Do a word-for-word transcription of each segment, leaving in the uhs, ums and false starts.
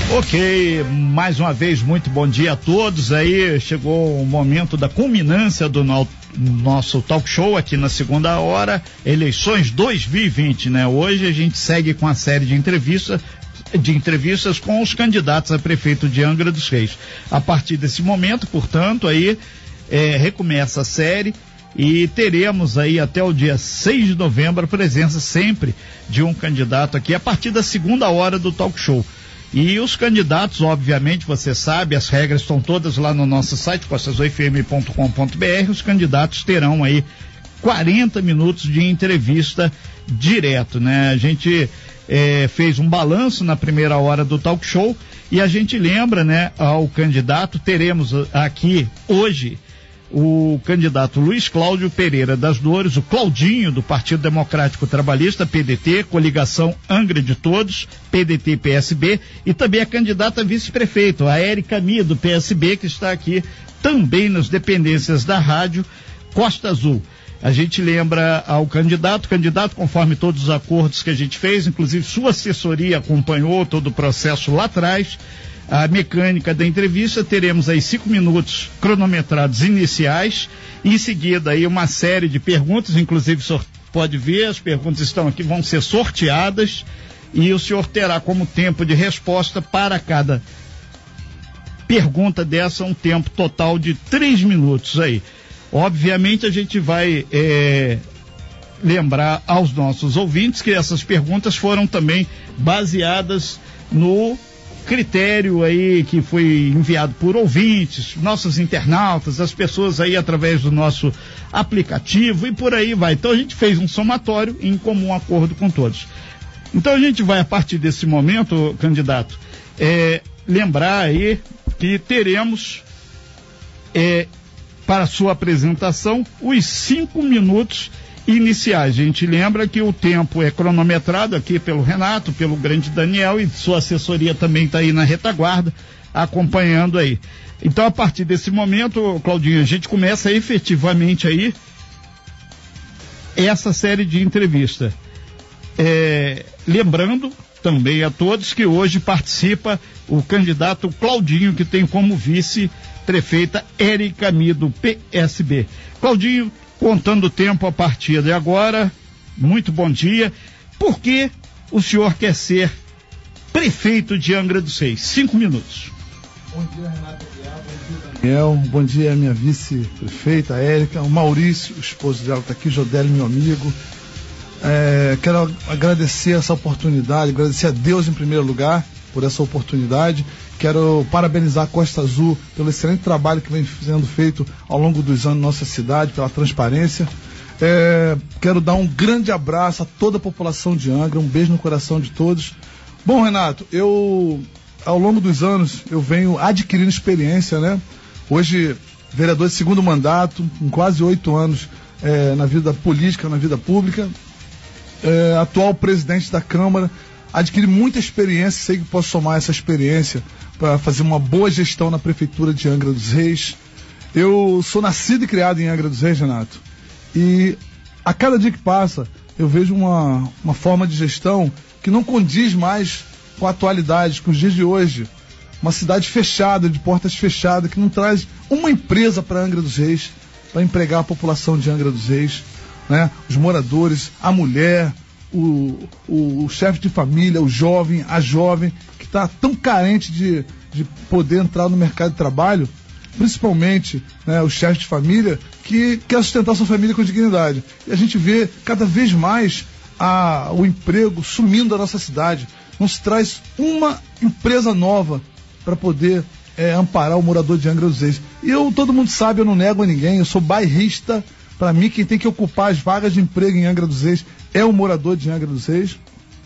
Ok, mais uma vez, muito bom dia a todos. Aí chegou o momento da culminância do no, nosso talk show aqui na segunda hora, eleições dois mil e vinte, né? Hoje a gente segue com a série de entrevistas de entrevistas com os candidatos a prefeito de Angra dos Reis. A partir desse momento, portanto, aí é, recomeça a série e teremos aí até o dia seis de novembro a presença sempre de um candidato aqui a partir da segunda hora do talk show. E os candidatos, obviamente, você sabe, as regras estão todas lá no nosso site, costa azul f m ponto com ponto b r. Os candidatos terão aí quarenta minutos de entrevista direto, né? A gente é, fez um balanço na primeira hora do talk show e a gente lembra, né, ao candidato, teremos aqui hoje o candidato Luiz Cláudio Pereira das Dores, o Claudinho, do Partido Democrático Trabalhista, P D T, Coligação Angra de Todos, P D T P S B, e também a candidata a vice-prefeito, a Érica Mia, do P S B, que está aqui também nas dependências da rádio Costa Azul. A gente lembra ao candidato, candidato conforme todos os acordos que a gente fez, inclusive sua assessoria acompanhou todo o processo lá atrás. A mecânica da entrevista, teremos aí cinco minutos cronometrados iniciais, em seguida aí uma série de perguntas, inclusive o senhor pode ver, as perguntas estão aqui, vão ser sorteadas e o senhor terá como tempo de resposta para cada pergunta dessa um tempo total de três minutos aí. Obviamente a gente vai é, lembrar aos nossos ouvintes que essas perguntas foram também baseadas no critério aí que foi enviado por ouvintes, nossos internautas, as pessoas aí através do nosso aplicativo e por aí vai. Então a gente fez um somatório em comum acordo com todos. Então a gente vai a partir desse momento, candidato, é, lembrar aí que teremos é, para sua apresentação os cinco minutos iniciais. A gente lembra que o tempo é cronometrado aqui pelo Renato, pelo grande Daniel, e sua assessoria também está aí na retaguarda, acompanhando aí. Então, a partir desse momento, Claudinho, a gente começa efetivamente aí essa série de entrevistas. É, lembrando também a todos que hoje participa o candidato Claudinho, que tem como vice-prefeita Érica Mia, do P S B. Claudinho, contando o tempo a partir de agora, muito bom dia. Por que o senhor quer ser prefeito de Angra dos Reis? Cinco minutos. Bom dia, Renato. Bom dia, Daniel. Bom dia, minha vice-prefeita, Érica. O Maurício, o esposo dela, está aqui, Jodélio, meu amigo. É, quero agradecer essa oportunidade, agradecer a Deus em primeiro lugar por essa oportunidade. Quero parabenizar a Costa Azul pelo excelente trabalho que vem sendo feito ao longo dos anos na nossa cidade, pela transparência. É, quero dar um grande abraço a toda a população de Angra, um beijo no coração de todos. Bom, Renato, eu, ao longo dos anos, eu venho adquirindo experiência, né? Hoje, vereador de segundo mandato, com quase oito anos é, na vida política, na vida pública. É, atual presidente da Câmara, adquiri muita experiência, sei que posso somar essa experiência para fazer uma boa gestão na Prefeitura de Angra dos Reis. Eu sou nascido e criado em Angra dos Reis, Renato, e a cada dia que passa eu vejo uma, uma forma de gestão que não condiz mais com a atualidade, com os dias de hoje. Uma cidade fechada, de portas fechadas, que não traz uma empresa para Angra dos Reis, para empregar a população de Angra dos Reis, né? Os moradores, a mulher, o, o, o chefe de família, o jovem, a jovem, que está tão carente de, de poder entrar no mercado de trabalho, principalmente, né, o chefe de família, que quer sustentar sua família com dignidade. E a gente vê cada vez mais a, o emprego sumindo da nossa cidade. Não se traz uma empresa nova para poder é, amparar o morador de Angra dos Reis. E eu, todo mundo sabe, eu não nego a ninguém, eu sou bairrista. Para mim, quem tem que ocupar as vagas de emprego em Angra dos Reis é o morador de Angra dos Reis,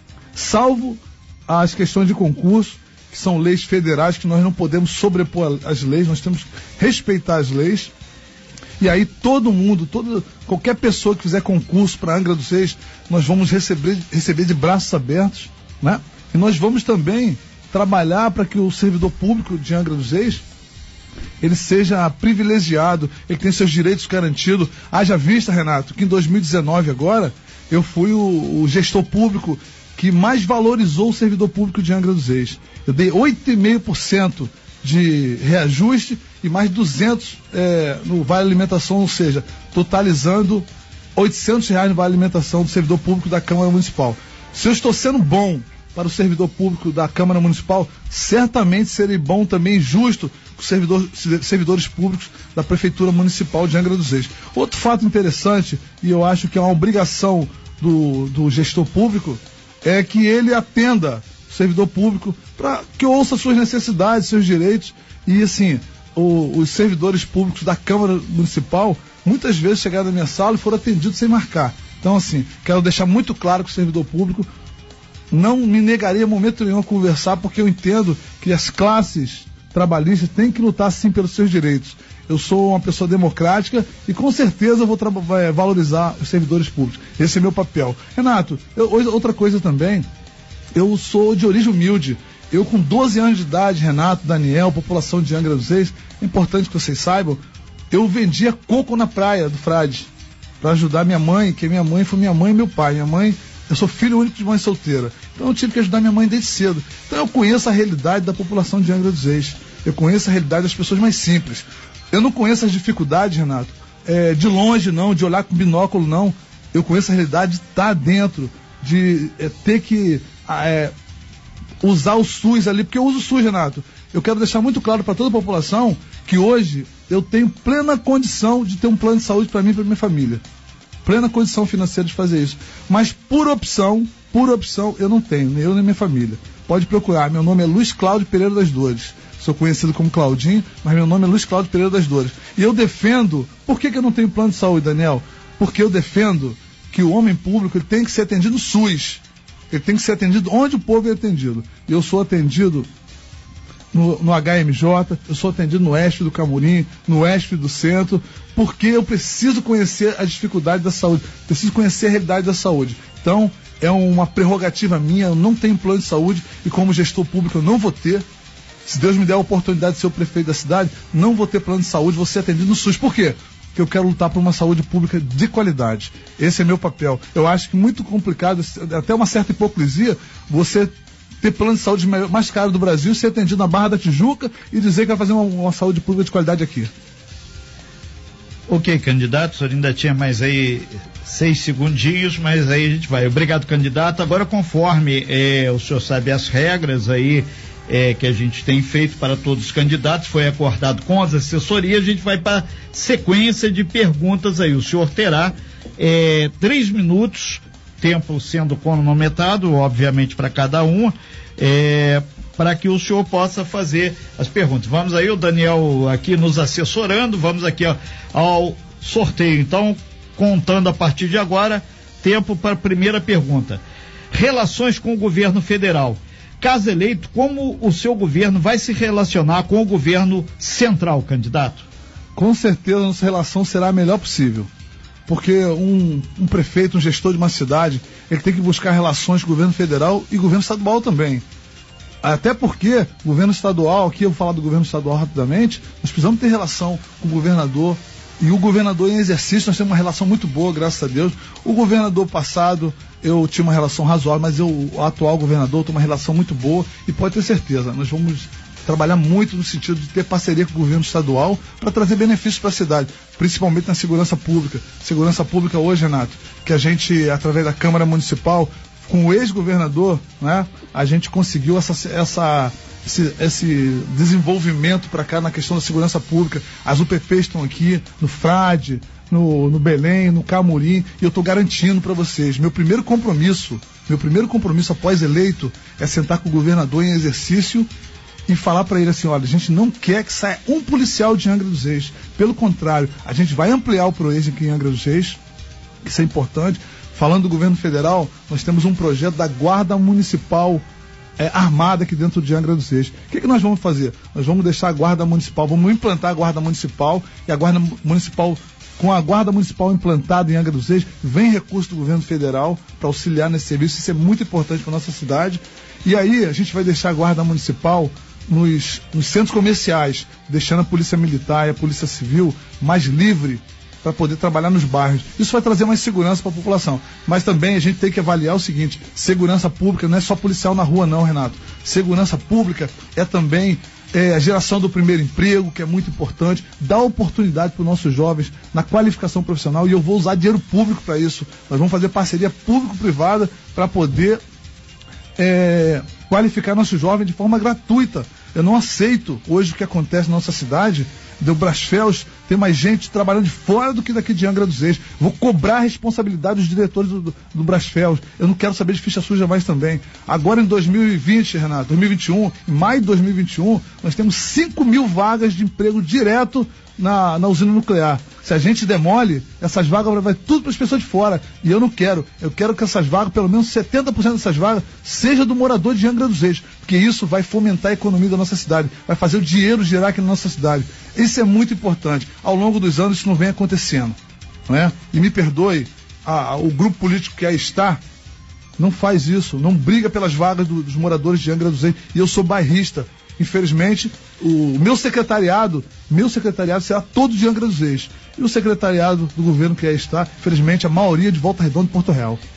salvo as questões de concurso, que são leis federais, que nós não podemos sobrepor as leis, nós temos que respeitar as leis. E aí todo mundo, todo, qualquer pessoa que fizer concurso para Angra dos Reis, nós vamos receber, receber de braços abertos, né? E nós vamos também trabalhar para que o servidor público de Angra dos Reis ele seja privilegiado, ele tenha seus direitos garantidos. Haja vista, Renato, que em dois mil e dezenove agora, eu fui o, o gestor público que mais valorizou o servidor público de Angra dos Reis. Eu dei oito vírgula cinco por cento de reajuste e mais duzentos é, no Vale Alimentação, ou seja, totalizando oitocentos reais no Vale Alimentação do servidor público da Câmara Municipal. Se eu estou sendo bom para o servidor público da Câmara Municipal, certamente serei bom também, justo, com os servidor, servidores públicos da Prefeitura Municipal de Angra dos Reis. Outro fato interessante, e eu acho que é uma obrigação do, do gestor público, é que ele atenda o servidor público para que ouça suas necessidades, seus direitos, e assim, o, os servidores públicos da Câmara Municipal, muitas vezes chegaram na minha sala e foram atendidos sem marcar. Então, assim, quero deixar muito claro que o servidor público não me negaria em momento nenhum a conversar, porque eu entendo que as classes trabalhistas têm que lutar sim pelos seus direitos. Eu sou uma pessoa democrática e com certeza vou é, valorizar os servidores públicos. Esse é meu papel. Renato, eu, outra coisa também, eu sou de origem humilde. Eu com doze anos de idade, Renato, Daniel, população de Angra dos Reis, é importante que vocês saibam, eu vendia coco na praia do Frade, para ajudar minha mãe, que minha mãe foi minha mãe e meu pai. Minha mãe, eu sou filho único de mãe solteira, então eu tive que ajudar minha mãe desde cedo. Então eu conheço a realidade da população de Angra dos Reis, eu conheço a realidade das pessoas mais simples. Eu não conheço as dificuldades, Renato, é, de longe não, de olhar com binóculo não. Eu conheço a realidade de estar dentro, de é, ter que é, usar o SUS ali, porque eu uso o SUS, Renato. Eu quero deixar muito claro para toda a população que hoje eu tenho plena condição de ter um plano de saúde para mim e para minha família. Plena condição financeira de fazer isso. Mas por opção, por opção, eu não tenho, nem eu nem minha família. Pode procurar, meu nome é Luiz Cláudio Pereira das Dores. Sou conhecido como Claudinho, mas meu nome é Luiz Cláudio Pereira das Dores. E eu defendo, por que que eu não tenho plano de saúde, Daniel? Porque eu defendo que o homem público ele tem que ser atendido no SUS. Ele tem que ser atendido onde o povo é atendido. E eu sou atendido No, no H M J, eu sou atendido no Oeste do Camurim, no Oeste do Centro, porque eu preciso conhecer as dificuldades da saúde, preciso conhecer a realidade da saúde. Então, é uma prerrogativa minha, eu não tenho plano de saúde e como gestor público eu não vou ter. Se Deus me der a oportunidade de ser o prefeito da cidade, não vou ter plano de saúde, vou ser atendido no SUS. Por quê? Porque eu quero lutar por uma saúde pública de qualidade. Esse é meu papel. Eu acho que muito complicado, até uma certa hipocrisia, você ter plano de saúde mais caro do Brasil, ser atendido na Barra da Tijuca e dizer que vai fazer uma, uma saúde pública de qualidade aqui. Ok, candidato, o senhor ainda tinha mais aí seis segundinhos, mas aí a gente vai. Obrigado, candidato. Agora, conforme eh, o senhor sabe as regras aí eh, que a gente tem feito para todos os candidatos, foi acordado com as assessorias, a gente vai para sequência de perguntas aí. O senhor terá eh, três minutos, tempo sendo cronometrado, obviamente, para cada um, é, para que o senhor possa fazer as perguntas. Vamos aí, o Daniel aqui nos assessorando, vamos aqui ó, ao sorteio. Então, contando a partir de agora, tempo para a primeira pergunta. Relações com o governo federal. Caso eleito, como o seu governo vai se relacionar com o governo central, candidato? Com certeza, nossa relação será a melhor possível. Porque um, um prefeito, um gestor de uma cidade, ele tem que buscar relações com o governo federal e governo estadual também. Até porque o governo estadual, aqui eu vou falar do governo estadual rapidamente, nós precisamos ter relação com o governador, e o governador em exercício, nós temos uma relação muito boa, graças a Deus. O governador passado, eu tinha uma relação razoável, mas eu, o atual governador tem uma relação muito boa, e pode ter certeza, nós vamos trabalhar muito no sentido de ter parceria com o governo estadual para trazer benefícios para a cidade, principalmente na segurança pública. Segurança pública hoje, Renato, que a gente, através da Câmara Municipal, com o ex-governador, né, a gente conseguiu essa, essa, esse, esse desenvolvimento para cá na questão da segurança pública. As U P Ps estão aqui, no Frade, no, no Belém, no Camurim, e eu estou garantindo para vocês, meu primeiro compromisso, meu primeiro compromisso após eleito é sentar com o governador em exercício e falar para ele assim, olha, a gente não quer que saia um policial de Angra dos Reis. Pelo contrário, a gente vai ampliar o PROES aqui em Angra dos Reis, isso é importante. Falando do governo federal, nós temos um projeto da Guarda Municipal é, armada aqui dentro de Angra dos Reis. O que, que nós vamos fazer? Nós vamos deixar a Guarda Municipal, vamos implantar a Guarda Municipal, e a Guarda Municipal, com a Guarda Municipal implantada em Angra dos Reis, vem recurso do governo federal para auxiliar nesse serviço. Isso é muito importante para a nossa cidade. E aí a gente vai deixar a Guarda Municipal Nos, nos centros comerciais, deixando a polícia militar e a polícia civil mais livre para poder trabalhar nos bairros. Isso vai trazer mais segurança para a população. Mas também a gente tem que avaliar o seguinte: segurança pública não é só policial na rua não, Renato. Segurança pública é também é, a geração do primeiro emprego, que é muito importante, dar oportunidade para os nossos jovens na qualificação profissional, e eu vou usar dinheiro público para isso. Nós vamos fazer parceria público-privada para poder é, qualificar nossos jovens de forma gratuita. Eu não aceito hoje o que acontece na nossa cidade, do Brasfels ter mais gente trabalhando fora do que daqui de Angra dos Reis. Vou cobrar a responsabilidade dos diretores do, do, do Brasfels. Eu não quero saber de ficha suja mais também. Agora em dois mil e vinte, Renato, dois mil e vinte e um, em maio de dois mil e vinte e um, nós temos cinco mil vagas de emprego direto na, na usina nuclear. Se a gente demole, essas vagas vai tudo para as pessoas de fora. E eu não quero. Eu quero que essas vagas, pelo menos setenta por cento dessas vagas, seja do morador de Angra dos Reis. Porque isso vai fomentar a economia da nossa cidade. Vai fazer o dinheiro girar aqui na nossa cidade. Isso é muito importante. Ao longo dos anos isso não vem acontecendo. Não é? E me perdoe, a, a, o grupo político que aí está não faz isso. Não briga pelas vagas do, dos moradores de Angra dos Reis. E eu sou bairrista. Infelizmente, o meu secretariado, meu secretariado será todo de Angra dos Reis. E o secretariado do governo que aí está, infelizmente, a maioria de Volta Redonda e Porto Real.